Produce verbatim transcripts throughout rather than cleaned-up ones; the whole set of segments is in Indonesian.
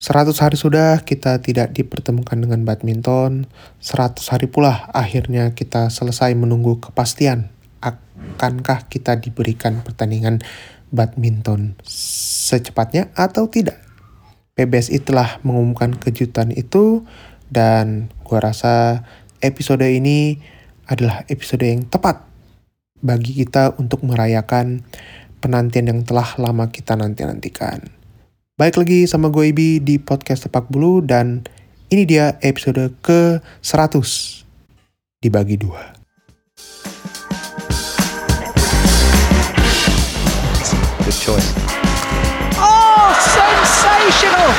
Seratus hari sudah kita tidak dipertemukan dengan badminton. Seratus hari pula akhirnya kita selesai menunggu kepastian. Akankah kita diberikan pertandingan badminton secepatnya atau tidak? P B S I telah mengumumkan kejutan itu dan gua rasa episode ini adalah episode yang tepat bagi kita untuk merayakan penantian yang telah lama kita nanti-nantikan. Baik lagi sama gue Ibi di podcast Tepak Bulu dan ini dia episode ke seratus dibagi dua. Good choice. Oh, sensational!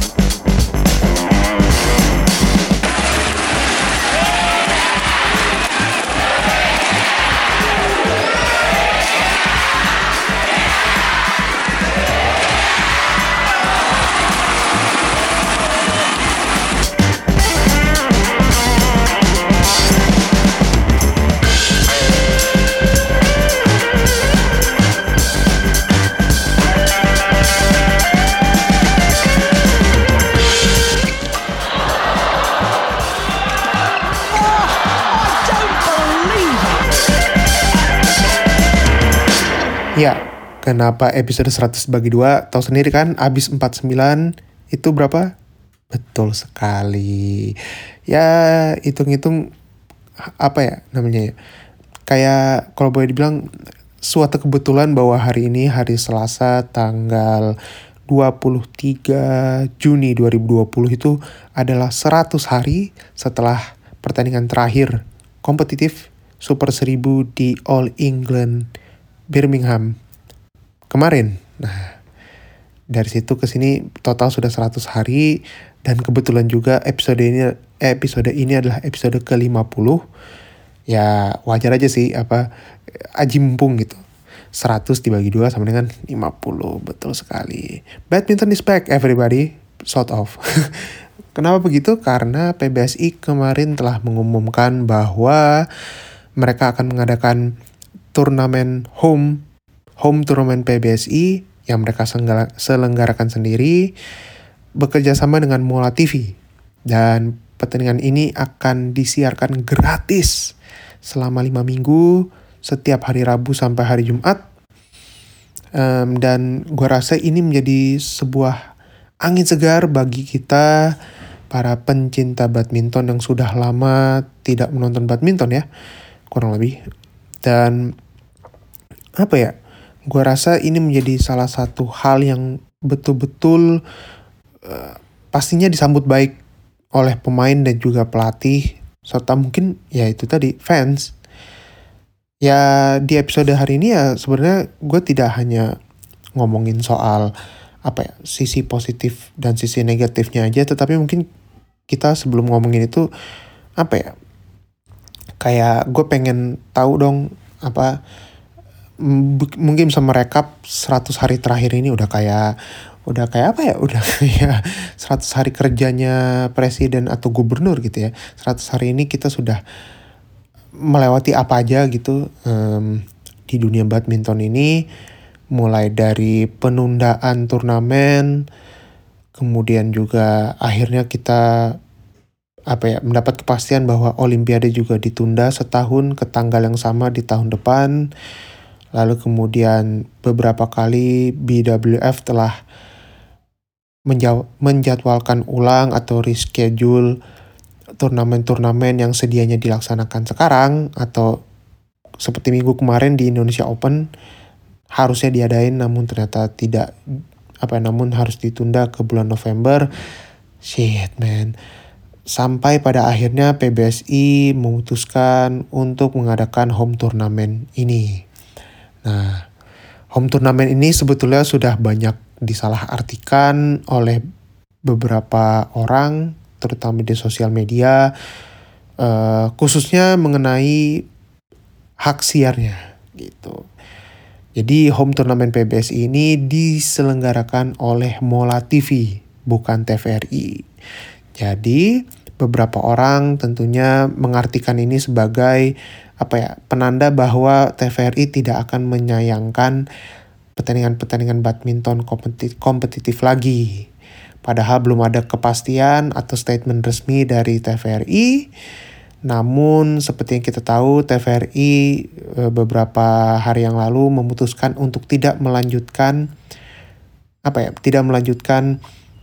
Ya, kenapa episode seratus bagi dua? Tahu sendiri kan, abis empat puluh sembilan itu berapa? Betul sekali. Ya, hitung-hitung apa ya namanya ya? Kayak kalau boleh dibilang suatu kebetulan bahwa hari ini hari Selasa tanggal dua puluh tiga Juni dua ribu dua puluh itu adalah seratus hari setelah pertandingan terakhir kompetitif Super seribu di All England Birmingham kemarin. Nah, dari situ ke sini total sudah seratus hari dan kebetulan juga episode ini episode ini adalah episode ke lima puluh. Ya, wajar aja sih apa aji mumpung gitu. seratus dibagi dua sama dengan lima puluh. Betul sekali. Badminton is back everybody. Sort of. Kenapa begitu? Karena P B S I kemarin telah mengumumkan bahwa mereka akan mengadakan turnamen home home turnamen P B S I yang mereka selenggarakan sendiri bekerja sama dengan Mola T V, dan pertandingan ini akan disiarkan gratis selama lima minggu setiap hari Rabu sampai hari Jumat, um, dan gua rasa ini menjadi sebuah angin segar bagi kita para pencinta badminton yang sudah lama tidak menonton badminton ya, kurang lebih. Dan apa ya, gue rasa ini menjadi salah satu hal yang betul-betul uh, pastinya disambut baik oleh pemain dan juga pelatih serta mungkin ya itu tadi fans. Ya di episode hari ini ya sebenarnya gue tidak hanya ngomongin soal apa ya sisi positif dan sisi negatifnya aja, tetapi mungkin kita sebelum ngomongin itu apa ya, kayak gue pengen tahu dong apa m- mungkin bisa merekap seratus hari terakhir ini udah kayak udah kayak apa ya udah kayak seratus hari kerjanya presiden atau gubernur gitu ya. seratus hari ini kita sudah melewati apa aja gitu um, di dunia badminton ini, mulai dari penundaan turnamen, kemudian juga akhirnya kita apa ya mendapat kepastian bahwa Olimpiade juga ditunda setahun ke tanggal yang sama di tahun depan. Lalu kemudian beberapa kali B W F telah menjaw- menjadwalkan ulang atau reschedule turnamen-turnamen yang sedianya dilaksanakan sekarang, atau seperti minggu kemarin di Indonesia Open harusnya diadain namun ternyata tidak, apa namun harus ditunda ke bulan November. Shit man. Sampai pada akhirnya P B S I memutuskan untuk mengadakan home turnamen ini. Nah, home turnamen ini sebetulnya sudah banyak disalahartikan oleh beberapa orang, terutama di sosial media, uh, khususnya mengenai hak siarnya gitu. Jadi home turnamen P B S I ini diselenggarakan oleh Mola T V, bukan T V R I. Jadi beberapa orang tentunya mengartikan ini sebagai apa ya, penanda bahwa T V R I tidak akan menyayangkan pertandingan-pertandingan badminton kompetitif, kompetitif lagi. Padahal belum ada kepastian atau statement resmi dari T V R I. Namun seperti yang kita tahu, T V R I beberapa hari yang lalu memutuskan untuk tidak melanjutkan apa ya, tidak melanjutkan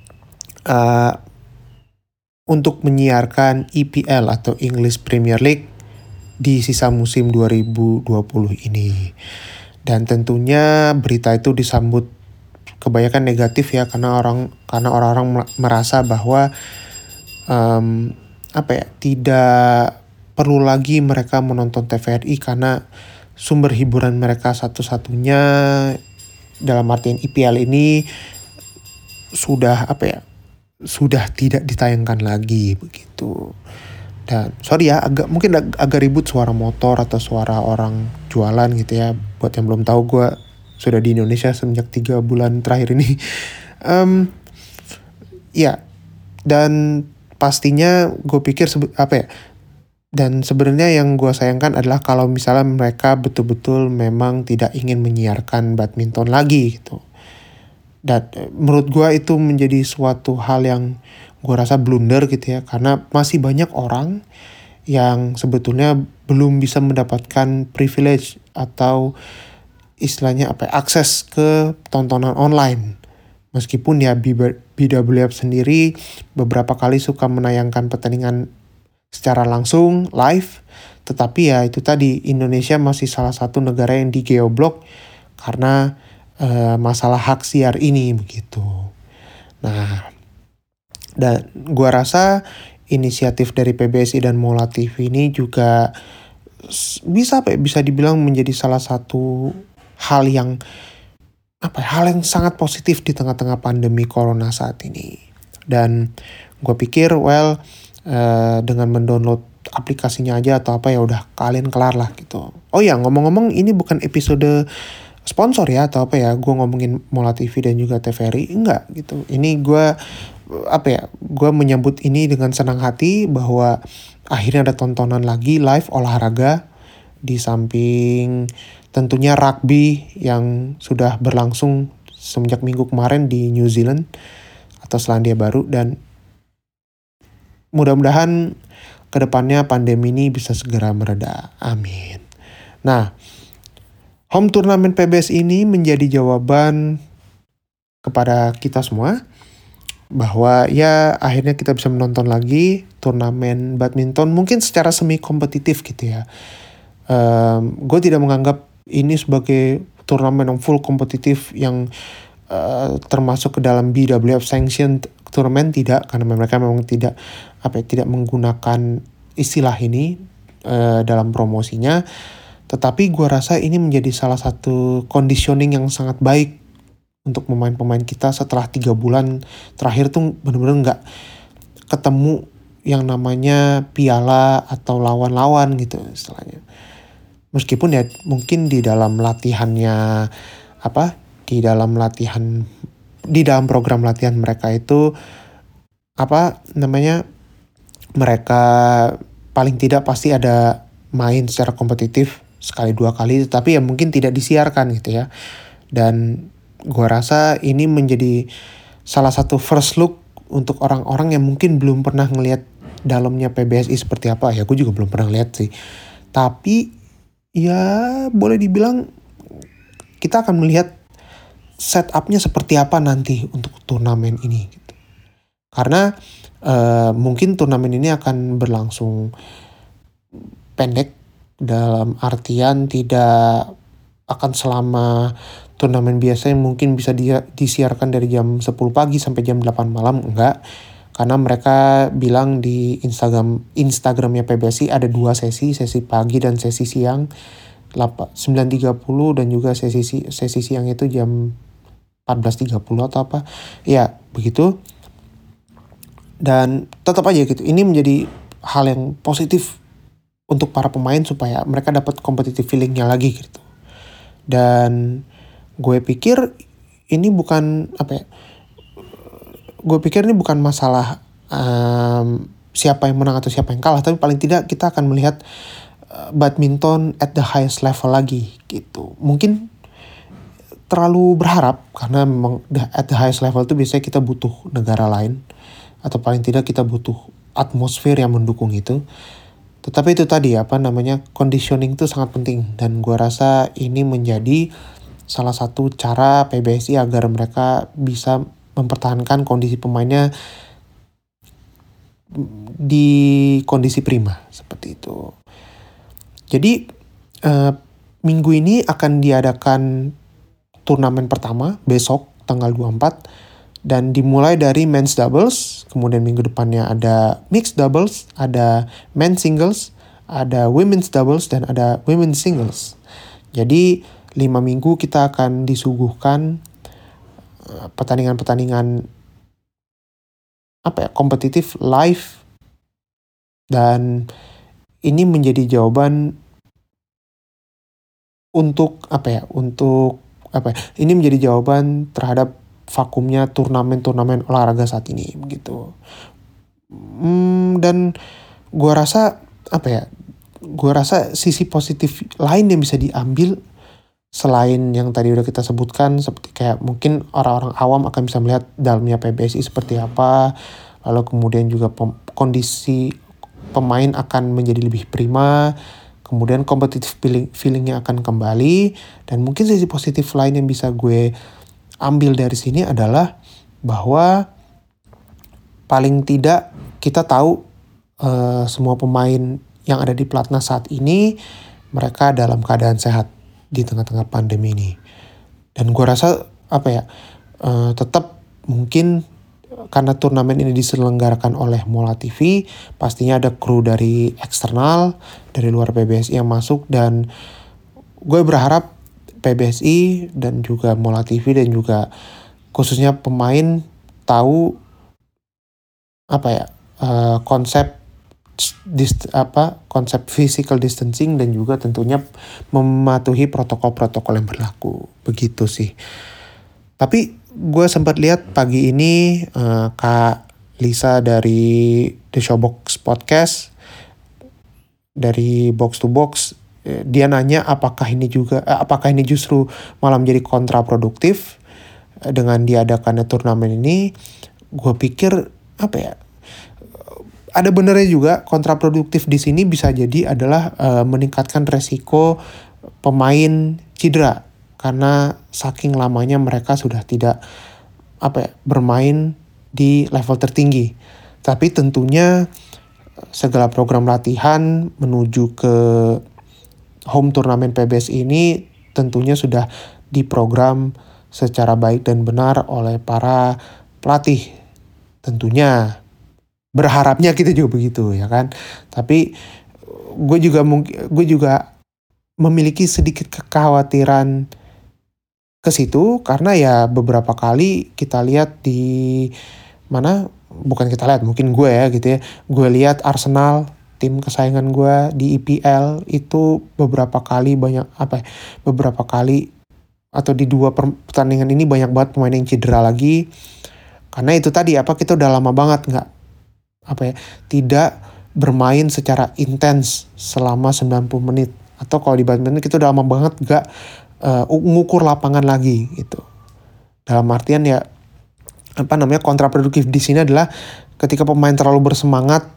uh, untuk menyiarkan E P L atau English Premier League di sisa musim dua ribu dua puluh ini. Dan tentunya berita itu disambut kebanyakan negatif ya, karena orang karena orang-orang merasa bahwa um, apa ya, tidak perlu lagi mereka menonton T V R I karena sumber hiburan mereka satu-satunya dalam artian E P L ini sudah apa ya, sudah tidak ditayangkan lagi begitu. Dan sorry ya, agak mungkin ag- agak ribut suara motor atau suara orang jualan gitu ya. Buat yang belum tahu, gue sudah di Indonesia semenjak tiga bulan terakhir ini. um, ya, dan pastinya gue pikir sebe- apa ya, dan sebenarnya yang gue sayangkan adalah kalau misalnya mereka betul-betul memang tidak ingin menyiarkan badminton lagi gitu. Dan menurut gue itu menjadi suatu hal yang gue rasa blunder gitu ya, karena masih banyak orang yang sebetulnya belum bisa mendapatkan privilege atau istilahnya apa ya, akses ke tontonan online. Meskipun ya B W F sendiri beberapa kali suka menayangkan pertandingan secara langsung live, tetapi ya itu tadi, Indonesia masih salah satu negara yang di-geoblok karena uh, masalah hak siar ini begitu. Nah, dan gua rasa inisiatif dari P B S I dan Mola T V ini juga bisa apa ya, bisa dibilang menjadi salah satu hal yang apa ya, hal yang sangat positif di tengah-tengah pandemi corona saat ini. Dan gue pikir well uh, dengan mendownload aplikasinya aja atau apa ya udah kalian kelar lah gitu. Oh ya, ngomong-ngomong, ini bukan episode sponsor ya atau apa ya, gue ngomongin Mola T V dan juga T V R I, enggak gitu. Ini gue apa ya, gue menyambut ini dengan senang hati bahwa akhirnya ada tontonan lagi live olahraga, di samping tentunya rugby yang sudah berlangsung semenjak minggu kemarin di New Zealand atau Selandia Baru. Dan mudah-mudahan kedepannya pandemi ini bisa segera mereda. Amin. Nah, home turnamen P B S ini menjadi jawaban kepada kita semua bahwa ya akhirnya kita bisa menonton lagi turnamen badminton mungkin secara semi kompetitif gitu ya. Um, gue tidak menganggap ini sebagai turnamen yang full kompetitif yang uh, termasuk ke dalam B W F sanctioned turnamen, tidak, karena mereka memang tidak apa ya, tidak menggunakan istilah ini uh, dalam promosinya. Tetapi gue rasa ini menjadi salah satu conditioning yang sangat baik untuk pemain-pemain kita setelah tiga bulan terakhir tuh benar-benar nggak ketemu yang namanya piala atau lawan-lawan gitu istilahnya. Meskipun ya mungkin di dalam latihannya apa di dalam latihan di dalam program latihan mereka itu apa namanya mereka paling tidak pasti ada main secara kompetitif sekali dua kali, tapi ya mungkin tidak disiarkan gitu ya. Dan gua rasa ini menjadi salah satu first look untuk orang-orang yang mungkin belum pernah ngelihat dalamnya P B S I seperti apa. Ya gue juga belum pernah lihat sih, tapi ya boleh dibilang kita akan melihat setupnya seperti apa nanti untuk turnamen ini gitu. Karena uh, mungkin turnamen ini akan berlangsung pendek, dalam artian tidak akan selama turnamen biasa yang mungkin bisa dia, disiarkan dari jam sepuluh pagi sampai jam delapan malam, enggak. Karena mereka bilang di Instagram Instagramnya P B S I ada dua sesi, sesi pagi dan sesi siang sembilan tiga puluh dan juga sesi sesi siang itu jam empat belas tiga puluh atau apa. Ya, begitu. Dan tetap aja gitu. Ini menjadi hal yang positif untuk para pemain supaya mereka dapat competitive feelingnya lagi gitu. Dan gue pikir ini bukan apa ya, gue pikir ini bukan masalah um, siapa yang menang atau siapa yang kalah, tapi paling tidak kita akan melihat uh, badminton at the highest level lagi gitu. Mungkin terlalu berharap karena memang at the highest level itu biasanya kita butuh negara lain atau paling tidak kita butuh atmosfer yang mendukung itu. Tetapi itu tadi apa namanya conditioning itu sangat penting dan gue rasa ini menjadi salah satu cara P B S I agar mereka bisa mempertahankan kondisi pemainnya di kondisi prima seperti itu. Jadi uh, minggu ini akan diadakan turnamen pertama besok tanggal dua puluh empat dan dimulai dari men's doubles, kemudian minggu depannya ada mixed doubles, ada men's singles, ada women's doubles dan ada women's singles. Jadi lima minggu kita akan disuguhkan uh, pertandingan-pertandingan apa ya kompetitif live dan ini menjadi jawaban untuk apa ya untuk apa ya, ini menjadi jawaban terhadap vakumnya turnamen-turnamen olahraga saat ini begitu. Hmm, dan gua rasa apa ya? Gua rasa sisi positif lain yang bisa diambil selain yang tadi udah kita sebutkan seperti kayak mungkin orang-orang awam akan bisa melihat dalamnya P B S I seperti apa, lalu kemudian juga pem- kondisi pemain akan menjadi lebih prima. Kemudian competitive feeling, feelingnya akan kembali. Dan mungkin sisi positif lain yang bisa gue ambil dari sini adalah bahwa paling tidak kita tahu uh, semua pemain yang ada di Pelatnas saat ini mereka dalam keadaan sehat di tengah-tengah pandemi ini. Dan gue rasa apa ya uh, tetap mungkin karena turnamen ini diselenggarakan oleh Mola T V, pastinya ada kru dari eksternal, dari luar P B S I yang masuk dan gue berharap P B S I dan juga Mola T V dan juga khususnya pemain tahu apa ya uh, konsep dist, apa konsep physical distancing dan juga tentunya mematuhi protokol-protokol yang berlaku begitu sih. Tapi gue sempat lihat pagi ini uh, Kak Lisa dari The Showbox Podcast dari Box to Box eh, dia nanya apakah ini juga eh, apakah ini justru malah menjadi kontraproduktif eh, dengan diadakannya turnamen ini. Gue pikir apa ya ada benernya juga kontraproduktif di sini bisa jadi adalah uh, meningkatkan resiko pemain cedera. Karena saking lamanya mereka sudah tidak apa ya, bermain di level tertinggi. Tapi tentunya segala program latihan menuju ke home turnamen P B S I ini tentunya sudah diprogram secara baik dan benar oleh para pelatih. Tentunya berharapnya kita juga begitu ya kan. Tapi gue juga mungkin gue juga memiliki sedikit kekhawatiran ke situ karena ya beberapa kali kita lihat di mana bukan kita lihat mungkin gue ya gitu ya gue lihat Arsenal tim kesayangan gue di E P L itu beberapa kali banyak apa ya, beberapa kali atau di dua pertandingan ini banyak banget pemain yang cedera lagi karena itu tadi apa kita udah lama banget nggak apa ya tidak bermain secara intens selama sembilan puluh menit atau kalau di badminton kita udah lama banget nggak Uh, ngukur lapangan lagi gitu. Dalam artian ya apa namanya kontraproduktif di sini adalah ketika pemain terlalu bersemangat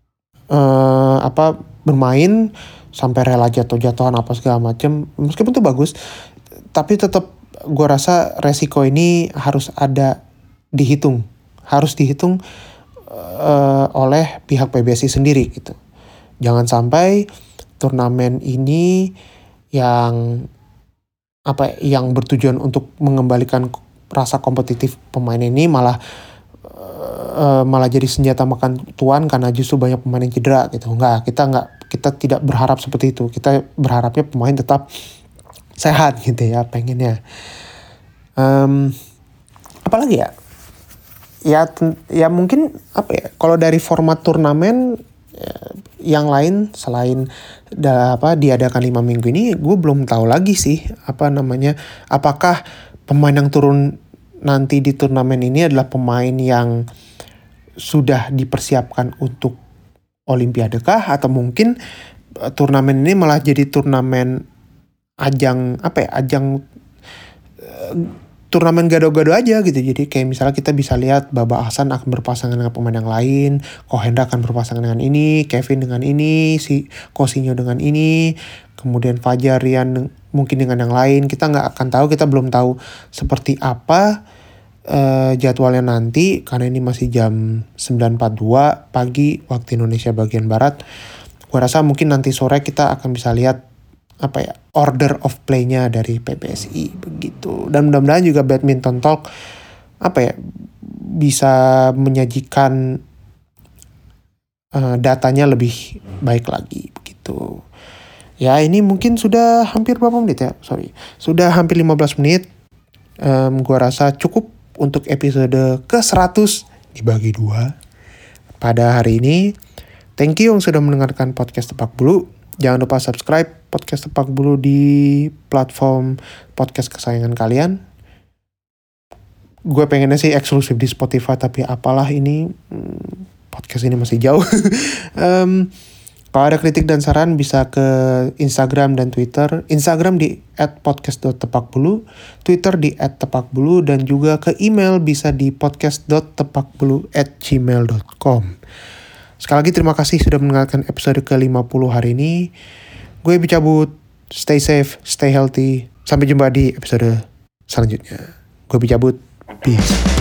uh, apa bermain sampai rela jatuh-jatuhan apa segala macam, meskipun itu bagus, tapi tetap gue rasa resiko ini harus ada dihitung, harus dihitung uh, oleh pihak P B S I sendiri gitu. Jangan sampai turnamen ini yang apa yang bertujuan untuk mengembalikan rasa kompetitif pemain ini malah uh, malah jadi senjata makan tuan karena justru banyak pemain yang cedera gitu. Enggak, kita enggak kita tidak berharap seperti itu. Kita berharapnya pemain tetap sehat gitu ya pengennya. Um, apalagi ya? Ya ten- ya mungkin apa ya? Kalau dari format turnamen ya, yang lain selain da, apa diadakan lima minggu ini gue belum tahu lagi sih apa namanya apakah pemain yang turun nanti di turnamen ini adalah pemain yang sudah dipersiapkan untuk Olimpiade kah atau mungkin uh, turnamen ini malah jadi turnamen ajang apa ya ajang turnamen gado-gado aja gitu. Jadi kayak misalnya kita bisa lihat Baba Ahsan akan berpasangan dengan pemain yang lain, Kohendra akan berpasangan dengan ini, Kevin dengan ini, si Cousinho dengan ini, kemudian Fajar Rian mungkin dengan yang lain. Kita nggak akan tahu, kita belum tahu seperti apa uh, jadwalnya nanti karena ini masih jam sembilan empat puluh dua pagi waktu Indonesia bagian barat. Gua rasa mungkin nanti sore kita akan bisa lihat apa ya order of play-nya dari P B S I begitu. Dan mudah-mudahan juga Badminton Talk apa ya bisa menyajikan uh, datanya lebih baik lagi begitu. Ya ini mungkin sudah hampir berapa menit ya? Sorry. Sudah hampir lima belas menit. Um, gua rasa cukup untuk episode ke seratus dibagi dua pada hari ini. Thank you yang sudah mendengarkan podcast Tepak Bulu. Jangan lupa subscribe podcast Tepak Bulu di platform podcast kesayangan kalian. Gue pengennya sih eksklusif di Spotify, tapi apalah ini hmm, podcast ini masih jauh. um, kalau ada kritik dan saran bisa ke Instagram dan Twitter. Instagram di at podcast dot tepakbulu, Twitter di at tepakbulu, dan juga ke email bisa di podcast dot tepakbulu at gmail dot com. Sekali lagi terima kasih sudah mendengarkan episode ke lima puluh hari ini. Gue cabut, stay safe, stay healthy. Sampai jumpa di episode selanjutnya. Gue cabut, peace.